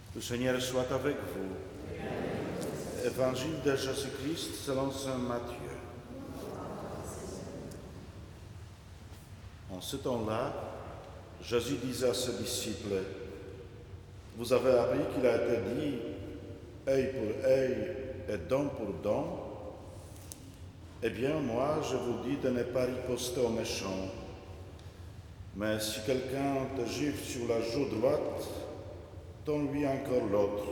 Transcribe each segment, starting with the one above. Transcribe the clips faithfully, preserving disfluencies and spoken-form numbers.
Le Seigneur soit avec vous. Évangile de Jésus-Christ selon saint Matthieu. En ce temps-là, Jésus disait à ses disciples, « Vous avez appris qu'il a été dit, œil pour œil et dent pour dent. Eh bien, moi, je vous dis de ne pas riposter aux méchants. Mais si quelqu'un te gifle sur la joue droite, donne-lui encore l'autre.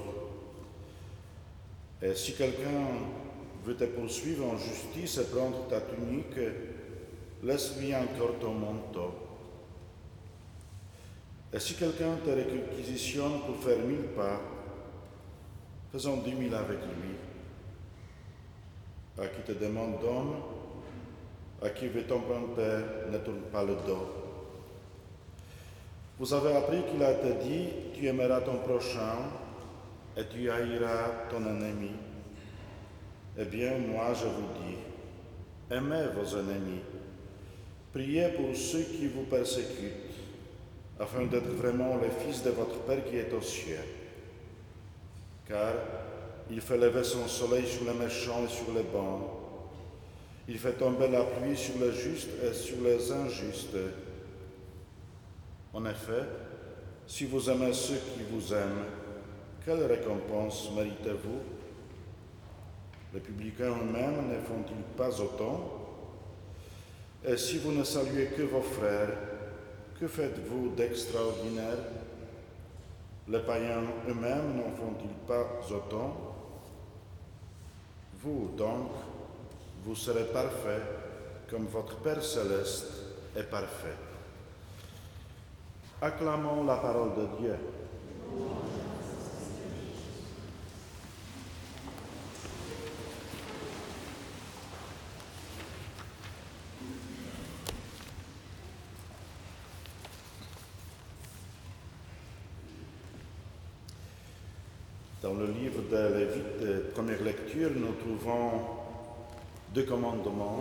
Et si quelqu'un veut te poursuivre en justice et prendre ta tunique, laisse-lui encore ton manteau. Et si quelqu'un te réquisitionne pour faire mille pas, faisons dix mille avec lui. À qui te demande donne, à qui veut t'emprunter, ne tourne pas le dos. Vous avez appris qu'il a été dit, tu aimeras ton prochain et tu haïras ton ennemi. Eh bien, moi je vous dis, aimez vos ennemis, priez pour ceux qui vous persécutent, afin d'être vraiment les fils de votre Père qui est aux cieux. Car il fait lever son soleil sur les méchants et sur les bons. Il fait tomber la pluie sur les justes et sur les injustes. En effet, si vous aimez ceux qui vous aiment, quelle récompense méritez-vous? Les publicains eux-mêmes ne font-ils pas autant? Et si vous ne saluez que vos frères, que faites-vous d'extraordinaire? Les païens eux-mêmes n'en font-ils pas autant? Vous, donc, vous serez parfaits, comme votre Père céleste est parfait. Acclamons la parole de Dieu. Dans le livre de Lévite, première lecture, nous trouvons deux commandements.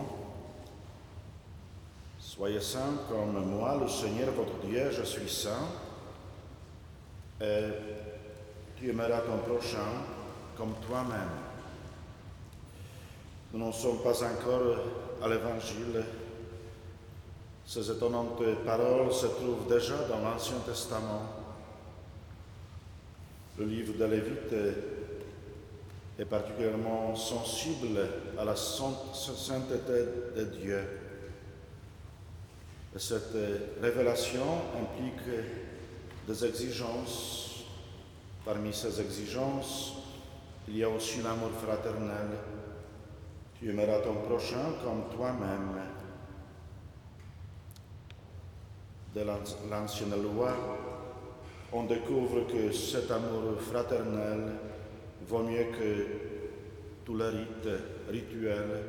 Soyez saints comme moi, le Seigneur votre Dieu, je suis saint. Et tu aimeras ton prochain comme toi-même. Nous n'en sommes pas encore à l'Évangile. Ces étonnantes paroles se trouvent déjà dans l'Ancien Testament. Le livre de Lévite est particulièrement sensible à la sainteté de Dieu. Et cette révélation implique des exigences. Parmi ces exigences, il y a aussi l'amour fraternel. Tu aimeras ton prochain comme toi-même. De l'ancienne loi, on découvre que cet amour fraternel vaut mieux que tous les rites rituels.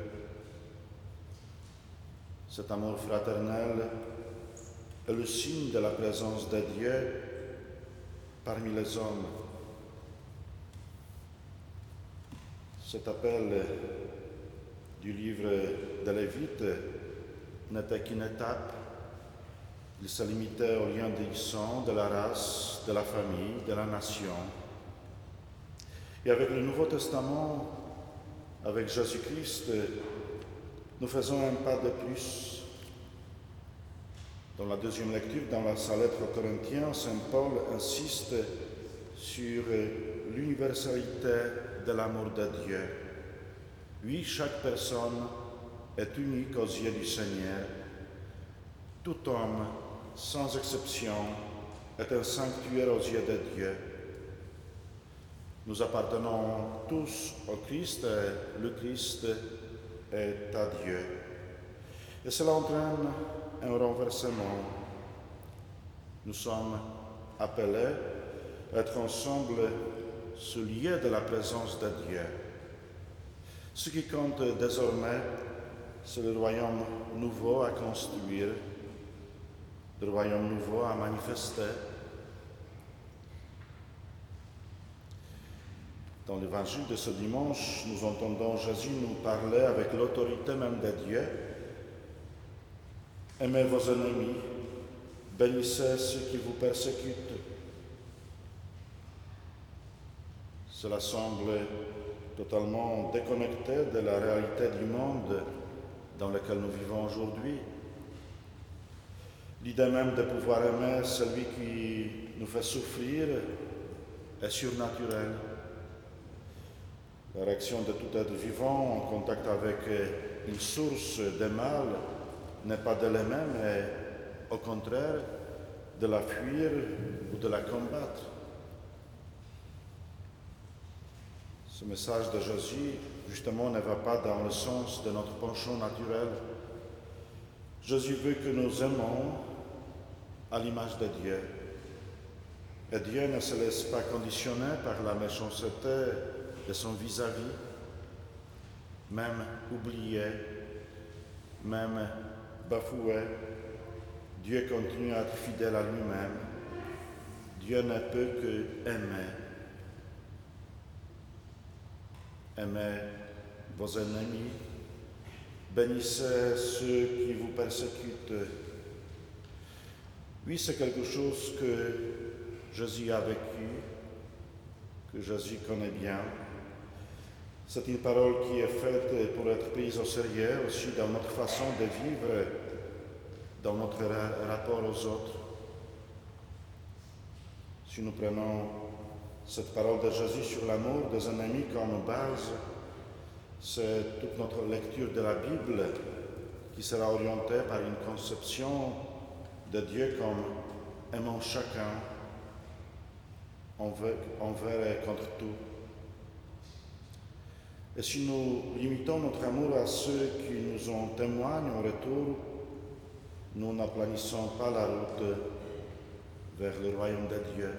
Cet amour fraternel est le signe de la présence de Dieu parmi les hommes. Cet appel du livre de Lévite n'était qu'une étape. Il se limitait au lien du sang, de la race, de la famille, de la nation. Et avec le Nouveau Testament, avec Jésus-Christ, nous faisons un pas de plus. Dans la deuxième lecture, dans sa lettre aux Corinthiens, saint Paul insiste sur l'universalité de l'amour de Dieu. Oui, chaque personne est unique aux yeux du Seigneur. Tout homme, sans exception, est un sanctuaire aux yeux de Dieu. Nous appartenons tous au Christ et le Christ est à Dieu. Et cela entraîne un renversement. Nous sommes appelés à être ensemble sous lieu de la présence de Dieu. Ce qui compte désormais, c'est le royaume nouveau à construire, le royaume nouveau à manifester. Dans l'évangile de ce dimanche, nous entendons Jésus nous parler avec l'autorité même de Dieu. Aimez vos ennemis, bénissez ceux qui vous persécutent. Cela semble totalement déconnecté de la réalité du monde dans lequel nous vivons aujourd'hui. L'idée même de pouvoir aimer celui qui nous fait souffrir est surnaturelle. La réaction de tout être vivant en contact avec une source de mal n'est pas de l'aimer, mais au contraire de la fuir ou de la combattre. Ce message de Jésus, justement, ne va pas dans le sens de notre penchant naturel. Jésus veut que nous aimons à l'image de Dieu. Et Dieu ne se laisse pas conditionner par la méchanceté de son vis-à-vis, même oublié, même bafoué. Dieu continue à être fidèle à lui-même. Dieu ne peut que aimer. Aimez vos ennemis, bénissez ceux qui vous persécutent. Oui, c'est quelque chose que Jésus a vécu, que Jésus connaît bien. C'est une parole qui est faite pour être prise au sérieux aussi dans notre façon de vivre, dans notre rapport aux autres. Si nous prenons cette parole de Jésus sur l'amour des ennemis comme base, c'est toute notre lecture de la Bible qui sera orientée par une conception de Dieu comme aimant chacun envers et contre tout. Et si nous limitons notre amour à ceux qui nous en témoignent en retour, nous n'aplanissons pas la route vers le royaume de Dieu.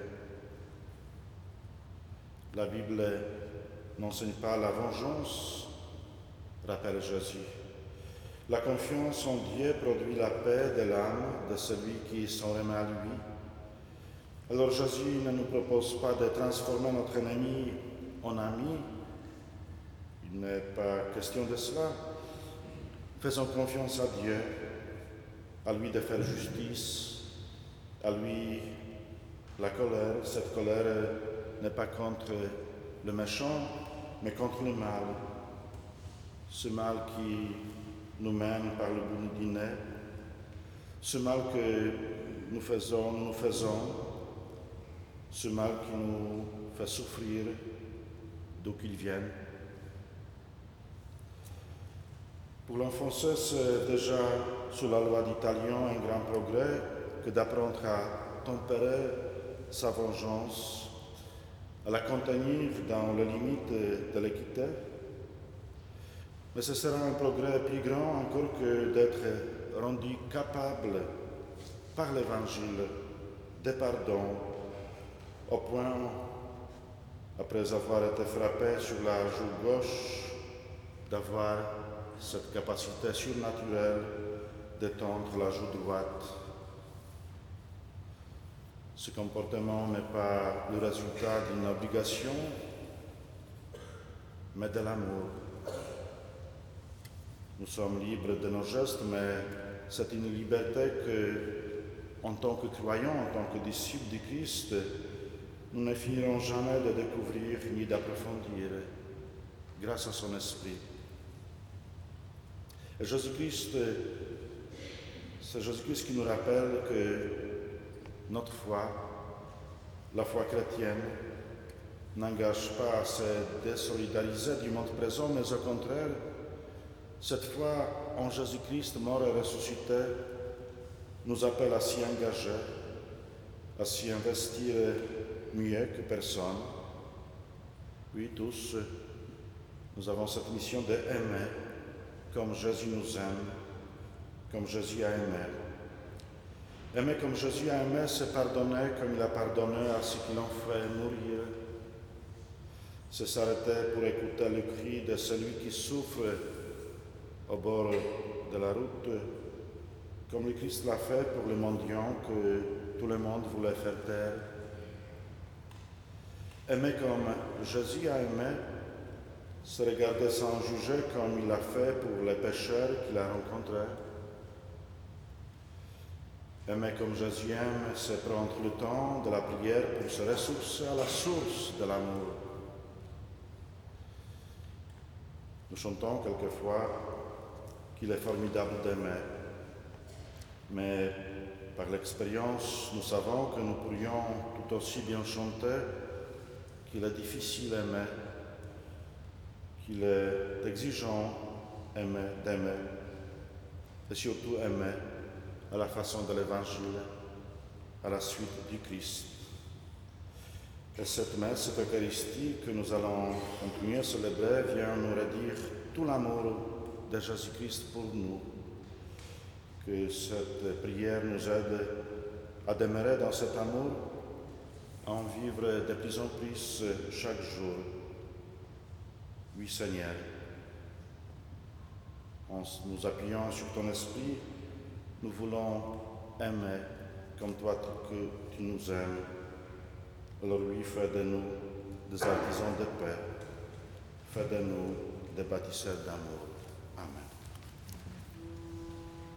La Bible n'enseigne pas la vengeance, rappelle Jésus. La confiance en Dieu produit la paix de l'âme de celui qui s'en remet à lui. Alors Jésus ne nous propose pas de transformer notre ennemi en ami. Il n'est pas question de cela. Faisons confiance à Dieu, à lui de faire justice, à lui la colère. Cette colère n'est pas contre le méchant, mais contre le mal. Ce mal qui nous mène par le bout du nez, ce mal que nous faisons, nous faisons, ce mal qui nous fait souffrir d'où qu'il vienne. Pour l'enfoncer, c'est déjà sous la loi d'Italian un grand progrès que d'apprendre à tempérer sa vengeance, à la contenir dans les limites de l'équité. Mais ce sera un progrès plus grand encore que d'être rendu capable par l'Évangile de pardon, au point, après avoir été frappé sur la joue gauche, d'avoir cette capacité surnaturelle d'étendre la joue droite. Ce comportement n'est pas le résultat d'une obligation, mais de l'amour. Nous sommes libres de nos gestes, mais c'est une liberté que, en tant que croyants, en tant que disciples du Christ, nous ne finirons jamais de découvrir ni d'approfondir grâce à son esprit. Et Jésus-Christ, c'est Jésus-Christ qui nous rappelle que notre foi, la foi chrétienne, n'engage pas à se désolidariser du monde présent, mais au contraire, cette foi en Jésus-Christ, mort et ressuscité, nous appelle à s'y engager, à s'y investir mieux que personne. Oui, tous, nous avons cette mission d'aimer comme Jésus nous aime, comme Jésus a aimé. Aimer comme Jésus a aimé, c'est pardonner comme il a pardonné à ceux qui l'ont fait mourir. C'est s'arrêter pour écouter le cri de celui qui souffre au bord de la route, comme le Christ l'a fait pour le mendiant que tout le monde voulait faire taire. Aimer comme Jésus a aimé, se regarder sans juger comme il l'a fait pour les pécheurs qu'il a rencontrés. Aimer comme Jésus aime, c'est prendre le temps de la prière pour se ressourcer à la source de l'amour. Nous chantons quelquefois qu'il est formidable d'aimer, mais par l'expérience, nous savons que nous pourrions tout aussi bien chanter qu'il est difficile d'aimer, qu'il est exigeant aimer, d'aimer, et surtout aimer à la façon de l'Évangile, à la suite du Christ. Et cette messe, cette Eucharistie que nous allons continuer à célébrer vient nous redire tout l'amour de Jésus-Christ pour nous. Que cette prière nous aide à demeurer dans cet amour, à en vivre de plus en plus chaque jour. Oui, Seigneur, en nous appuyant sur ton esprit, nous voulons aimer comme toi que tu nous aimes. Alors oui, fais de nous des artisans de paix, fais de nous des bâtisseurs d'amour. Amen.